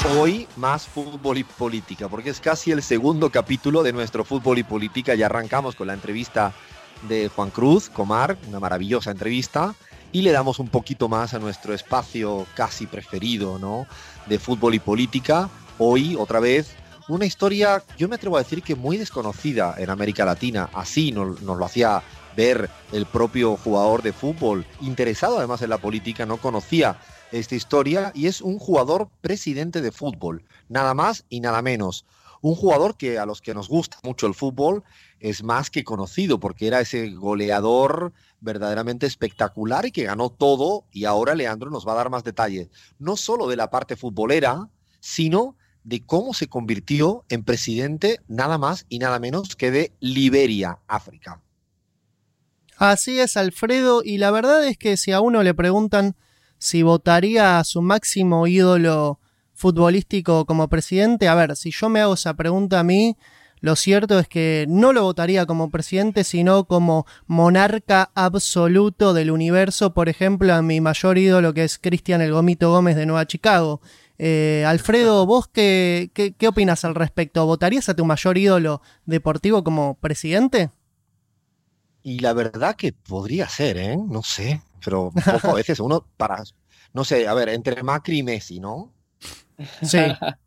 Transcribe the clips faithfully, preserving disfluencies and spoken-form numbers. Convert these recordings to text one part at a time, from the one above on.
Hoy más fútbol y política, porque es casi el segundo capítulo de nuestro Fútbol y Política. Ya arrancamos con la entrevista de Juan Cruz Comar, una maravillosa entrevista, y le damos un poquito más a nuestro espacio casi preferido, ¿no?, de fútbol y política. Hoy, otra vez, una historia, yo me atrevo a decir que muy desconocida en América Latina. Así nos, nos lo hacía ver el propio jugador de fútbol, interesado además en la política, no conocía esta historia, y es un jugador presidente de fútbol, nada más y nada menos. Un jugador que a los que nos gusta mucho el fútbol es más que conocido, porque era ese goleador verdaderamente espectacular y que ganó todo. Y ahora Leandro nos va a dar más detalles, no solo de la parte futbolera, sino de cómo se convirtió en presidente nada más y nada menos que de Liberia, África. Así es, Alfredo, y la verdad es que si a uno le preguntan si votaría a su máximo ídolo futbolístico como presidente, a ver, si yo me hago esa pregunta a mí, lo cierto es que no lo votaría como presidente, sino como monarca absoluto del universo. Por ejemplo, a mi mayor ídolo, que es Cristian el Gomito Gómez de Nueva Chicago. Eh, Alfredo, ¿vos qué, qué, qué opinas al respecto? ¿Votarías a tu mayor ídolo deportivo como presidente? Y la verdad que podría ser, ¿eh? No sé, pero un poco a veces uno para, no sé, a ver, entre Macri y Messi, ¿no? Sí,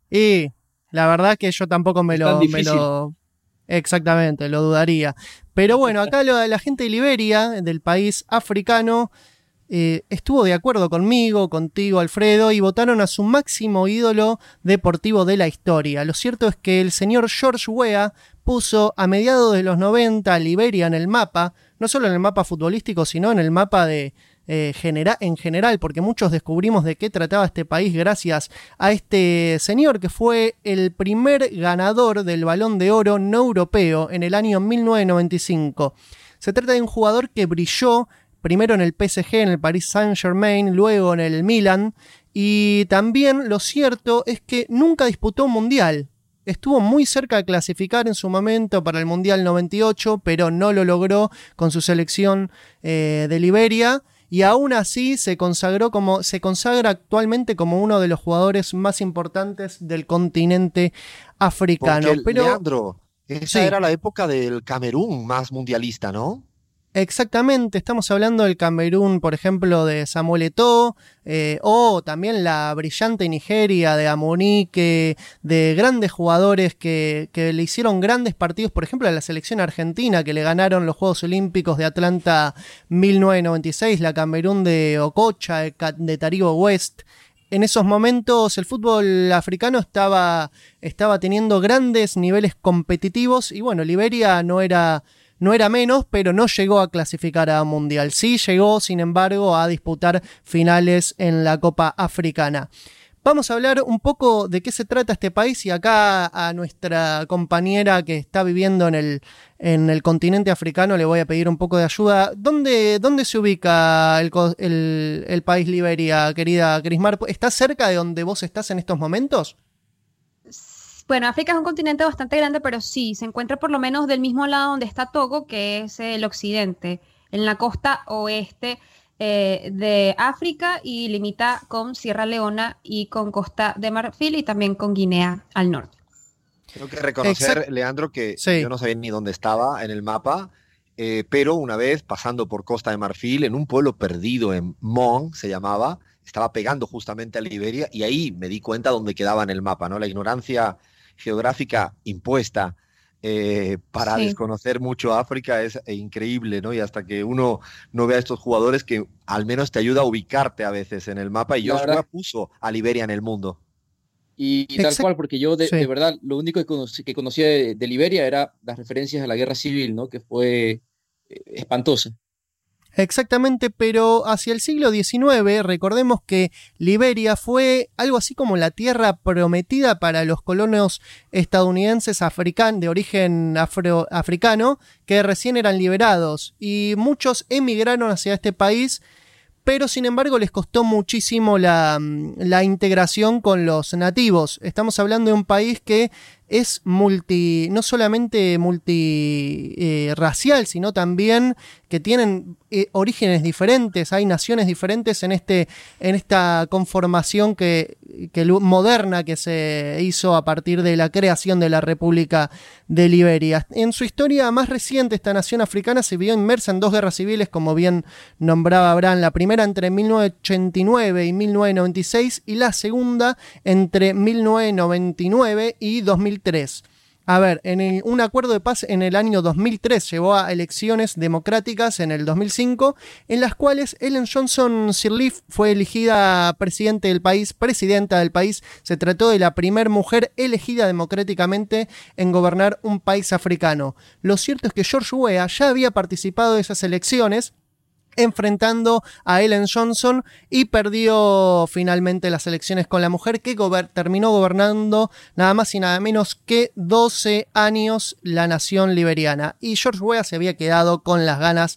y la verdad que yo tampoco me Es tan lo, me difícil. lo, exactamente, lo dudaría. Pero bueno, acá lo, la gente de Liberia, del país africano, eh, estuvo de acuerdo conmigo, contigo, Alfredo, y votaron a su máximo ídolo deportivo de la historia. Lo cierto es que el señor George Weah puso a mediados de los noventa a Liberia en el mapa, no solo en el mapa futbolístico, sino en el mapa de eh, genera- en general, porque muchos descubrimos de qué trataba este país gracias a este señor que fue el primer ganador del Balón de Oro no europeo en el año mil novecientos noventa y cinco. Se trata de un jugador que brilló primero en el P S G, en el Paris Saint-Germain, luego en el Milan, y también lo cierto es que nunca disputó un mundial. Estuvo muy cerca de clasificar en su momento para el Mundial noventa y ocho, pero no lo logró con su selección eh, de Liberia, y aún así se consagró como, se consagra actualmente como uno de los jugadores más importantes del continente africano. Porque, Pero, Leandro, esa sí. era la época del Camerún más mundialista, ¿no? Exactamente, estamos hablando del Camerún, por ejemplo, de Samuel Eto'o, eh, o también la brillante Nigeria de Amunique, de grandes jugadores que, que le hicieron grandes partidos, por ejemplo, a la selección argentina, que le ganaron los Juegos Olímpicos de Atlanta mil novecientos noventa y seis, la Camerún de Okocha, de, de Taribo West. En esos momentos el fútbol africano estaba, estaba teniendo grandes niveles competitivos, y bueno, Liberia no era... No era menos, pero no llegó a clasificar a Mundial. Sí llegó, sin embargo, a disputar finales en la Copa Africana. Vamos a hablar un poco de qué se trata este país, y acá a nuestra compañera que está viviendo en el, en el continente africano le voy a pedir un poco de ayuda. ¿Dónde, dónde se ubica el, el, el país Liberia, querida Crismar? ¿Está cerca de donde vos estás en estos momentos? Bueno, África es un continente bastante grande, pero sí, se encuentra por lo menos del mismo lado donde está Togo, que es el occidente, en la costa oeste eh, de África, y limita con Sierra Leona y con Costa de Marfil y también con Guinea al norte. Tengo que reconocer, Exact- Leandro, que sí. yo no sabía ni dónde estaba en el mapa, eh, pero una vez pasando por Costa de Marfil, en un pueblo perdido en Mon, se llamaba, estaba pegando justamente a Liberia, y ahí me di cuenta dónde quedaba en el mapa, ¿no? La ignorancia geográfica impuesta eh, para Sí. desconocer mucho África es eh, increíble, ¿no? Y hasta que uno no vea a estos jugadores, que al menos te ayuda a ubicarte a veces en el mapa, y La Joshua verdad. puso a Liberia en el mundo. Y, y tal Exact- cual, porque yo de, sí. de verdad lo único que, conocí, que conocía de, de Liberia era las referencias a la guerra civil, ¿no? Que fue eh, espantosa. Exactamente, pero hacia el siglo diecinueve, recordemos que Liberia fue algo así como la tierra prometida para los colonos estadounidenses african, de origen afro, africano, que recién eran liberados, y muchos emigraron hacia este país, pero sin embargo les costó muchísimo la, la integración con los nativos. Estamos hablando de un país que es multi, no solamente multirracial, eh, sino también que tienen eh, orígenes diferentes, hay naciones diferentes en, este, en esta conformación que, que, que moderna que se hizo a partir de la creación de la República de Liberia. En su historia más reciente, esta nación africana se vio inmersa en dos guerras civiles, como bien nombraba Abraham, la primera entre mil novecientos ochenta y nueve y mil novecientos noventa y seis y la segunda entre mil novecientos noventa y nueve y dos mil tres. A ver, en el, un acuerdo de paz en el año dos mil tres llevó a elecciones democráticas en el dos mil cinco, en las cuales Ellen Johnson Sirleaf fue elegida presidente del país, presidenta del país. Se trató de la primera mujer elegida democráticamente en gobernar un país africano. Lo cierto es que George Weah ya había participado de esas elecciones, enfrentando a Ellen Johnson, y perdió finalmente las elecciones con la mujer, que gober- terminó gobernando nada más y nada menos que doce años la nación liberiana. Y George Weah se había quedado con las ganas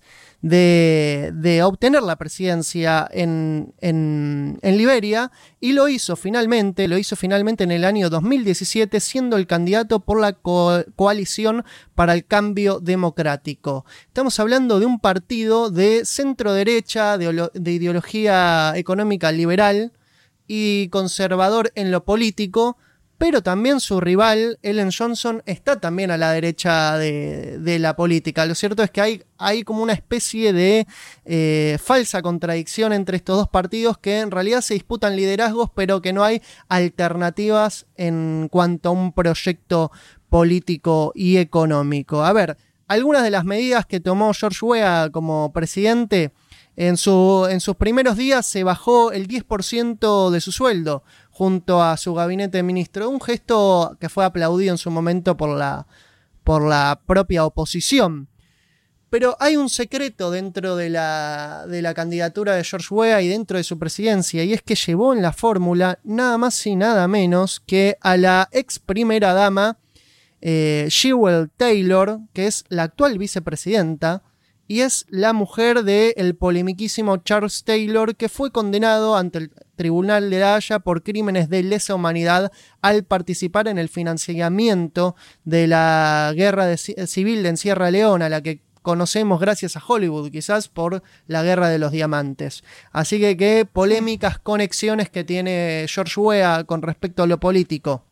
de, de obtener la presidencia en, en, en Liberia, y lo hizo finalmente, lo hizo finalmente en el año dos mil diecisiete, siendo el candidato por la co- coalición para el cambio democrático. Estamos hablando de un partido de centro derecha, de, de ideología económica liberal y conservador en lo político, pero también su rival, Ellen Johnson, está también a la derecha de, de la política. Lo cierto es que hay, hay como una especie de eh, falsa contradicción entre estos dos partidos, que en realidad se disputan liderazgos, pero que no hay alternativas en cuanto a un proyecto político y económico. A ver, algunas de las medidas que tomó George Weah como presidente: En, su, en sus primeros días se bajó el diez por ciento de su sueldo junto a su gabinete de ministros, un gesto que fue aplaudido en su momento por la, por la propia oposición. Pero hay un secreto dentro de la, de la candidatura de George Weah y dentro de su presidencia, y es que llevó en la fórmula nada más y nada menos que a la ex primera dama eh, Jewel Taylor, que es la actual vicepresidenta, y es la mujer del polemiquísimo Charles Taylor, que fue condenado ante el Tribunal de La Haya por crímenes de lesa humanidad al participar en el financiamiento de la guerra de, civil en Sierra Leona, la que conocemos gracias a Hollywood, quizás por la Guerra de los Diamantes. Así que qué polémicas conexiones que tiene George Weah con respecto a lo político.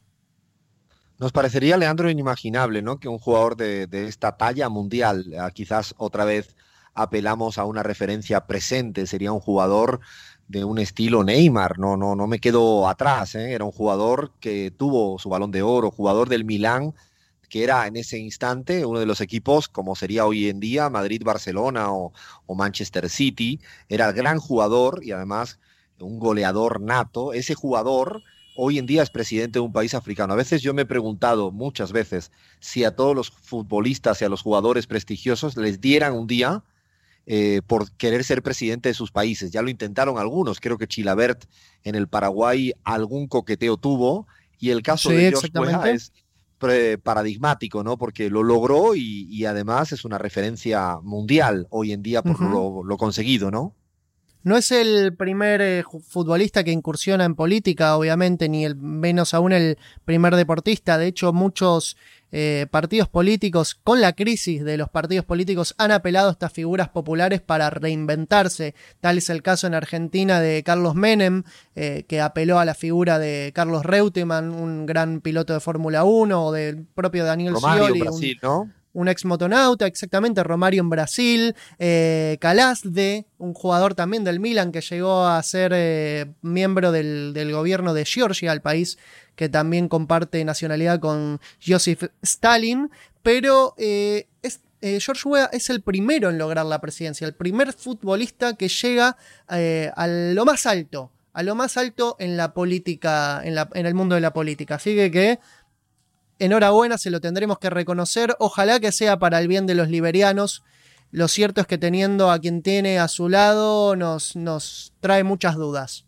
Nos parecería, Leandro, inimaginable, ¿no?, que un jugador de, de esta talla mundial, eh, quizás otra vez apelamos a una referencia presente, sería un jugador de un estilo Neymar, no, no, no me quedo atrás, ¿eh? Era un jugador que tuvo su Balón de Oro, jugador del Milán, que era en ese instante uno de los equipos, como sería hoy en día Madrid, Barcelona o, o Manchester City. Era el gran jugador y además un goleador nato. Ese jugador hoy en día es presidente de un país africano. A veces yo me he preguntado, muchas veces, si a todos los futbolistas y a los jugadores prestigiosos les dieran un día eh, por querer ser presidente de sus países. Ya lo intentaron algunos. Creo que Chilavert en el Paraguay algún coqueteo tuvo, y el caso sí, de George Weah es paradigmático, ¿no? Porque lo logró y, y además es una referencia mundial hoy en día por uh-huh. lo, lo conseguido, ¿no? No es el primer eh, futbolista que incursiona en política, obviamente, ni el menos aún el primer deportista. De hecho, muchos eh, partidos políticos, con la crisis de los partidos políticos, han apelado a estas figuras populares para reinventarse. Tal es el caso en Argentina de Carlos Menem, eh, que apeló a la figura de Carlos Reutemann, un gran piloto de Fórmula uno, o del propio Daniel Romario, Scioli, Brasil, un, ¿no? un ex motonauta, exactamente, Romario en Brasil, eh, Calazde, un jugador también del Milan que llegó a ser eh, miembro del, del gobierno de Georgia, el país que también comparte nacionalidad con Joseph Stalin, pero eh, es, eh, George Weah es el primero en lograr la presidencia, el primer futbolista que llega eh, a lo más alto, a lo más alto en la política, en, la, en el mundo de la política, así que que enhorabuena, se lo tendremos que reconocer. Ojalá que sea para el bien de los liberianos. Lo cierto es que teniendo a quien tiene a su lado nos, nos trae muchas dudas.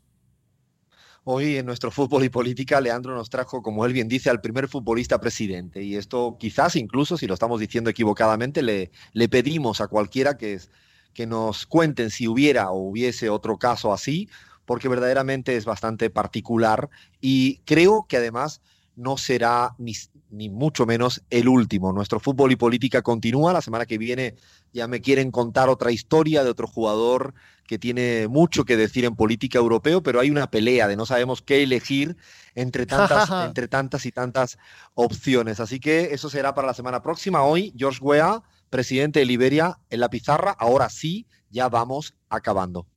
Hoy en nuestro Fútbol y Política, Leandro nos trajo, como él bien dice, al primer futbolista presidente. Y esto quizás incluso, si lo estamos diciendo equivocadamente, le, le pedimos a cualquiera que, que nos cuenten si hubiera o hubiese otro caso así, porque verdaderamente es bastante particular. Y creo que además no será ni, ni mucho menos el último. Nuestro Fútbol y Política continúa. La semana que viene ya me quieren contar otra historia de otro jugador que tiene mucho que decir en política europeo, pero hay una pelea de no sabemos qué elegir entre tantas, entre tantas y tantas opciones. Así que eso será para la semana próxima. Hoy, George Weah, presidente de Liberia, en la pizarra. Ahora sí, ya vamos acabando.